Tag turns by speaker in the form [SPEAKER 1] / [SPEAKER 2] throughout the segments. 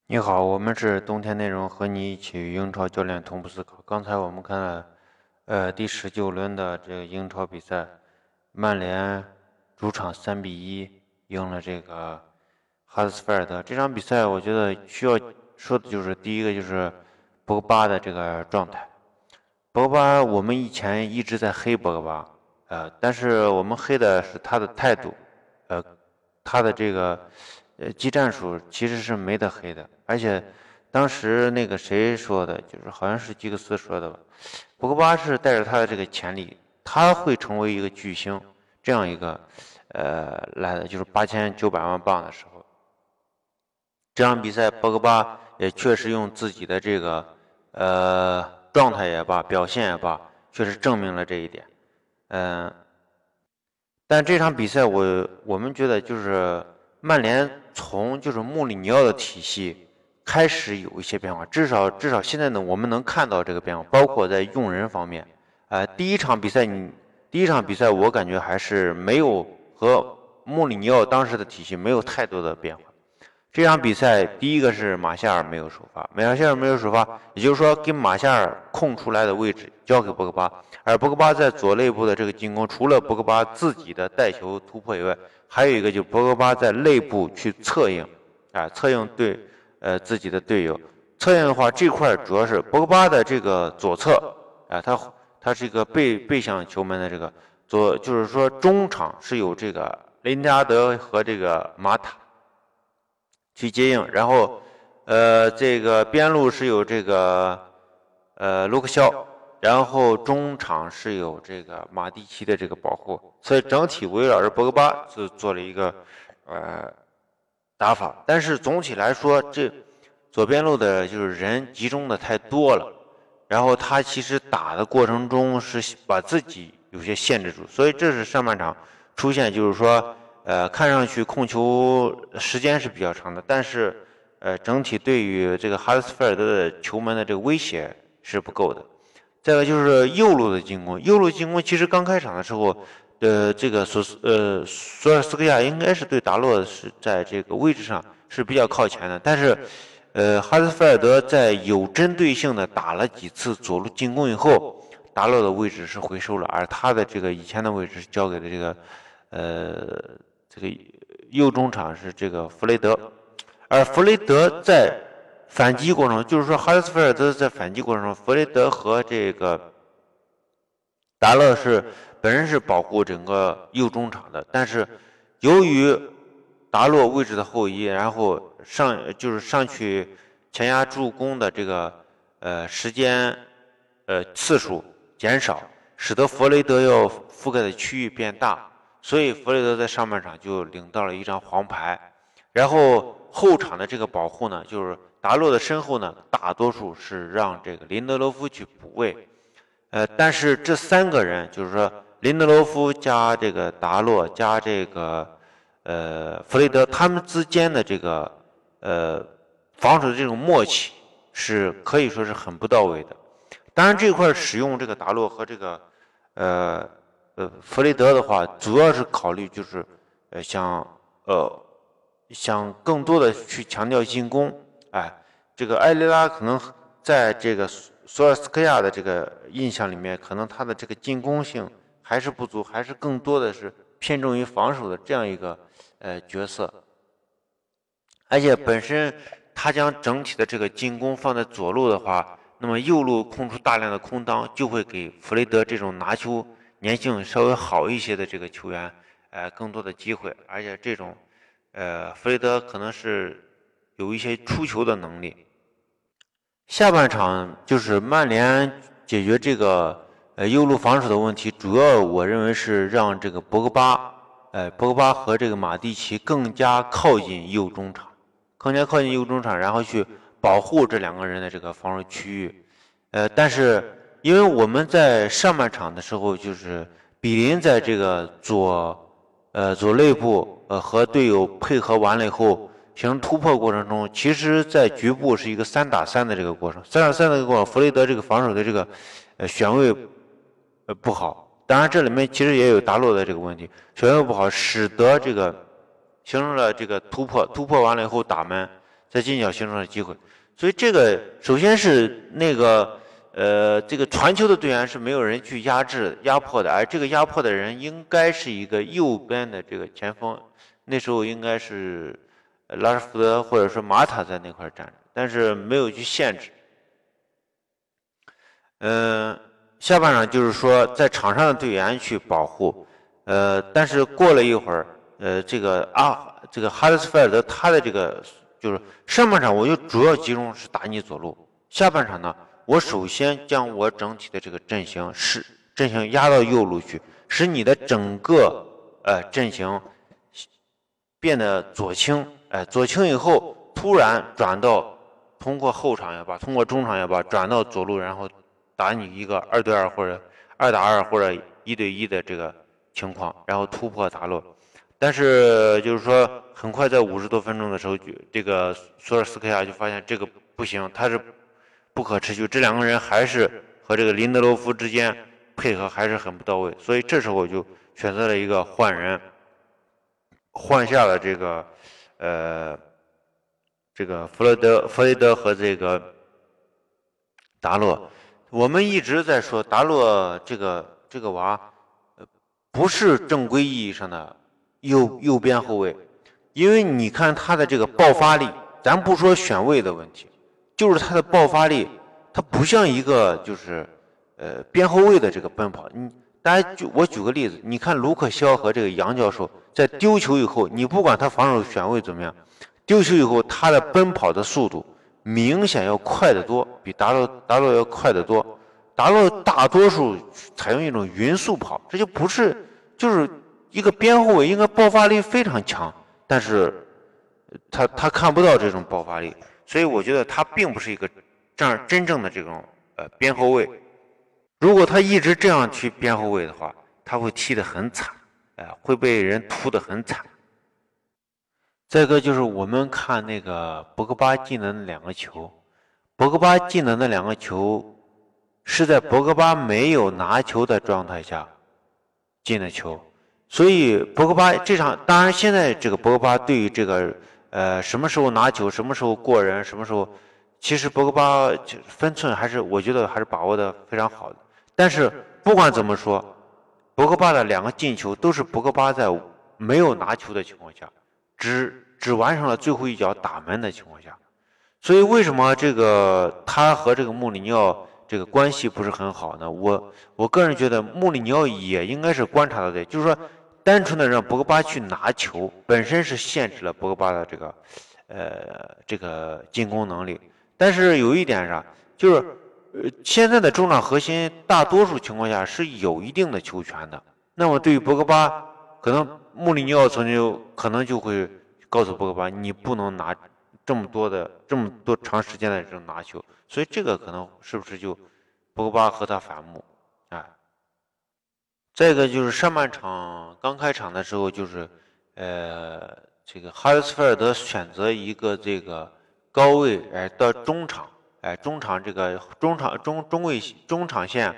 [SPEAKER 1] 你好，我们是冬天内容，和你一起与英超教练同步思考。刚才我们看了，第19轮的这个英超比赛，曼联主场3-1赢了这个哈德斯菲尔德。这场比赛我觉得需要说的就是第一个就是博格巴的这个状态。博格巴，我们以前一直在黑博格巴，但是我们黑的是他的态度，呃，他的这个技战术其实是没得黑的，而且当时那个谁说的，就是好像是吉克斯说的吧，博格巴是带着他的这个潜力，他会成为一个巨星，这样一个来的就是8900万镑的时候，这场比赛博格巴也确实用自己的这个状态也罢，表现也罢，确实证明了这一点。嗯、但这场比赛我们觉得就是曼联从就是穆里尼奥的体系开始有一些变化，至少现在呢我们能看到这个变化，包括在用人方面。第一场比赛我感觉还是没有和穆里尼奥当时的体系没有太多的变化。这场比赛第一个是马夏尔没有首发，马夏尔没有首发，也就是说给马夏尔空出来的位置交给博格巴，而博格巴在左内部的这个进攻，除了博格巴自己的带球突破以外，还有一个就是博格巴在内部去策应，策应自己的队友。策应的话，这块主要是博格巴的这个左侧，他是一个背向球门的这个就是说中场是有这个林加德和这个马塔。去接应，然后这个边路是有这个卢克肖，然后中场是有这个马蒂奇的这个保护，所以整体围绕着博格巴是做了一个呃打法，但是总体来说，这左边路的就是人集中的太多了，然后他其实打的过程中是把自己有些限制住，所以这是上半场出现就是说看上去控球时间是比较长的，但是整体对于这个哈德斯菲尔德的球门的这个威胁是不够的。再一个就是右路的进攻，右路进攻其实刚开场的时候，这个索尔斯克亚应该是对达洛是在这个位置上是比较靠前的，但是哈德斯菲尔德在有针对性的打了几次左路进攻以后，达洛的位置是回收了，而他的这个以前的位置是交给了这个右中场是这个弗雷德，而弗雷德在反击过程中，就是说哈德斯菲尔德在反击过程中，弗雷德和这个达勒本身是保护整个右中场的，但是由于达洛位置的后移，然后上去前压助攻的这个时间次数减少，使得弗雷德要覆盖的区域变大，所以弗雷德在上半场就领到了一张黄牌。然后后场的这个保护呢，就是达洛的身后呢，大多数是让这个林德罗夫去补位。但是这三个人，就是说林德罗夫加这个达洛加这个弗雷德，他们之间的这个呃防守的这种默契是可以说是很不到位的。当然这块使用这个达洛和这个呃弗雷德的话，主要是考虑就是呃想呃想更多的去强调进攻，这个埃雷拉可能在这个索尔斯克亚的这个印象里面，可能他的这个进攻性还是不足，还是更多的是偏重于防守的这样一个角色。而且本身他将整体的这个进攻放在左路的话，那么右路空出大量的空当，就会给弗雷德这种拿球粘性稍微好一些的这个球员，更多的机会。而且这种，弗雷德可能是有一些出球的能力。下半场就是曼联解决这个右路防守的问题，主要我认为是让这个博格巴和这个马蒂奇更加靠近右中场，然后去保护这两个人的这个防守区域。但是因为我们在上半场的时候，就是比林在这个左内部和队友配合完了以后，形成突破过程中，其实在局部是一个3打3的这个过程。3打3的这个过程，弗雷德这个防守的这个选位不好。当然，这里面其实也有达洛的这个问题，选位不好，使得这个形成了这个突破完了以后打门， 在近角形成了机会。所以这个首先是那个这个传球的队员是没有人去压迫的，而这个压迫的人应该是一个右边的这个前锋，那时候应该是拉什福德或者说马塔在那块站着，但是没有去限制。下半场就是说在场上的队员去保护，但是过了一会儿，这个哈德斯菲尔德他的这个就是上半场我就主要集中是打你左路，下半场呢，我首先将我整体的这个阵型压到右路去，使你的整个阵型变得左倾，左倾以后突然转到通过后场也罢，通过中场也罢，转到左路，然后打你一个2对2或者2打2或者1对1的这个情况，然后突破达洛。但是就是说，很快在50多分钟的时候，这个索尔斯克亚就发现这个不行，他是不可持续，这两个人还是和这个林德罗夫之间配合还是很不到位，所以这时候我就选择了一个换人，换下了这个弗雷德和这个达洛。我们一直在说达洛这个娃不是正规意义上的右边后卫，因为你看他的这个爆发力，咱不说选位的问题，就是他的爆发力，他不像一个就是边后卫的这个奔跑。我举个例子，你看卢克肖和这个杨教授在丢球以后，你不管他防守选位怎么样，丢球以后他的奔跑的速度明显要快得多，比达洛要快得多。达洛大多数采用一种匀速跑，这就不是就是一个边后卫应该爆发力非常强，但是他看不到这种爆发力，所以我觉得他并不是一个真正的这种边后卫。如果他一直这样去边后卫的话，他会踢得很惨，会被人突得很惨。再一个就是我们看那个博格巴进的那2个球，博格巴进的那2个球是在博格巴没有拿球的状态下进的球，所以博格巴这场，当然现在这个博格巴对于这个什么时候拿球，什么时候过人，什么时候，其实博格巴分寸我觉得还是把握的非常好的。但是不管怎么说，博格巴的2个进球都是博格巴在没有拿球的情况下，只完成了最后一脚打门的情况下。所以为什么这个他和这个穆里尼奥这个关系不是很好呢？我个人觉得穆里尼奥也应该是观察到的，就是说单纯的让博格巴去拿球本身是限制了博格巴的这个进攻能力。但是有一点啥，就是现在的中场核心大多数情况下是有一定的球权的。那么对于博格巴，可能穆里尼奥曾经可能就会告诉博格巴，你不能拿这么多长时间的这种拿球，所以这个可能是不是就博格巴和他反目再一个就是上半场刚开场的时候，就是这个哈德斯菲尔德选择一个这个高位到中场，中场这个中场线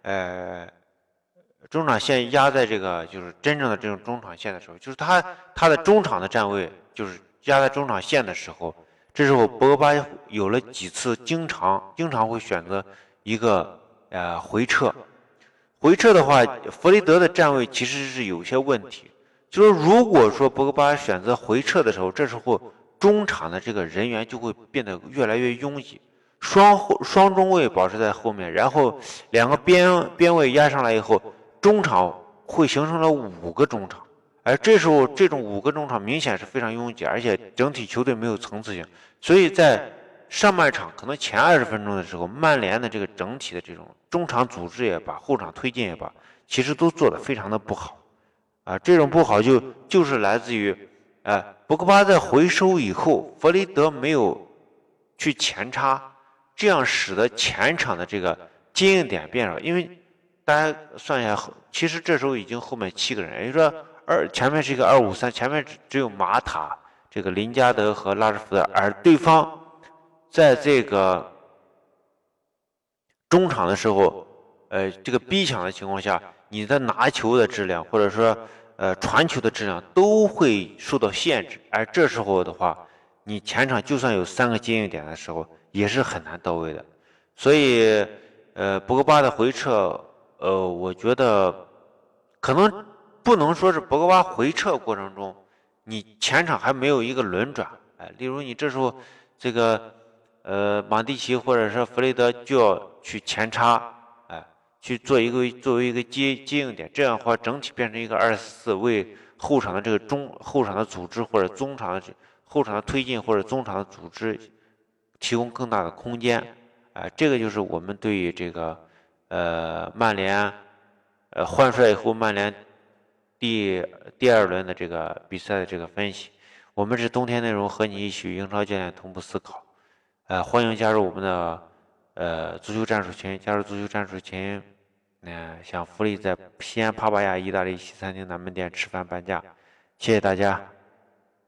[SPEAKER 1] 中场线压在这个就是真正的这种中场线的时候，就是他的中场的站位就是压在中场线的时候，这时候博格巴有了几次经常会选择一个回撤。回撤的话，弗雷德的站位其实是有些问题。就是如果说博格巴选择回撤的时候，这时候中场的这个人员就会变得越来越拥挤，双中卫保持在后面，然后2个边卫压上来以后，中场会形成了5个中场，而这时候这种5个中场明显是非常拥挤，而且整体球队没有层次性，所以在上半场可能前20分钟的时候，曼联的这个整体的这种中场组织也罢，后场推进也罢，其实都做得非常的不好，这种不好就是来自于，博格巴在回收以后，弗雷德没有去前插，这样使得前场的这个接应点变少，因为大家算一下，其实这时候已经后面7个人，也就是说前面是一个253，前面只有马塔、这个林加德和拉什福德，而对方在这个中场的时候，这个逼抢的情况下，你的拿球的质量或者说传球的质量都会受到限制，而这时候的话， 你前场就算有3个接应点的时候，也是很难到位的。所以，博格巴的回撤，我觉得可能不能说是博格巴回撤过程中，你前场还没有一个轮转，哎，例如你这时候这个马蒂奇或者是弗雷德就要去前插，哎，去作为一个接应点，这样的话整体变成一个2-4，为后场的这个后场的组织或者中场的后场的推进或者中场的组织提供更大的空间，这个就是我们对于这个曼联换帅以后曼联第2轮的这个比赛的这个分析。我们是冬天内容和你一起英超教练同步思考，欢迎加入我们的足球战术群，加入足球战术群，享福利在西安帕帕亚意大利西餐厅南门店吃饭半价，谢谢大家。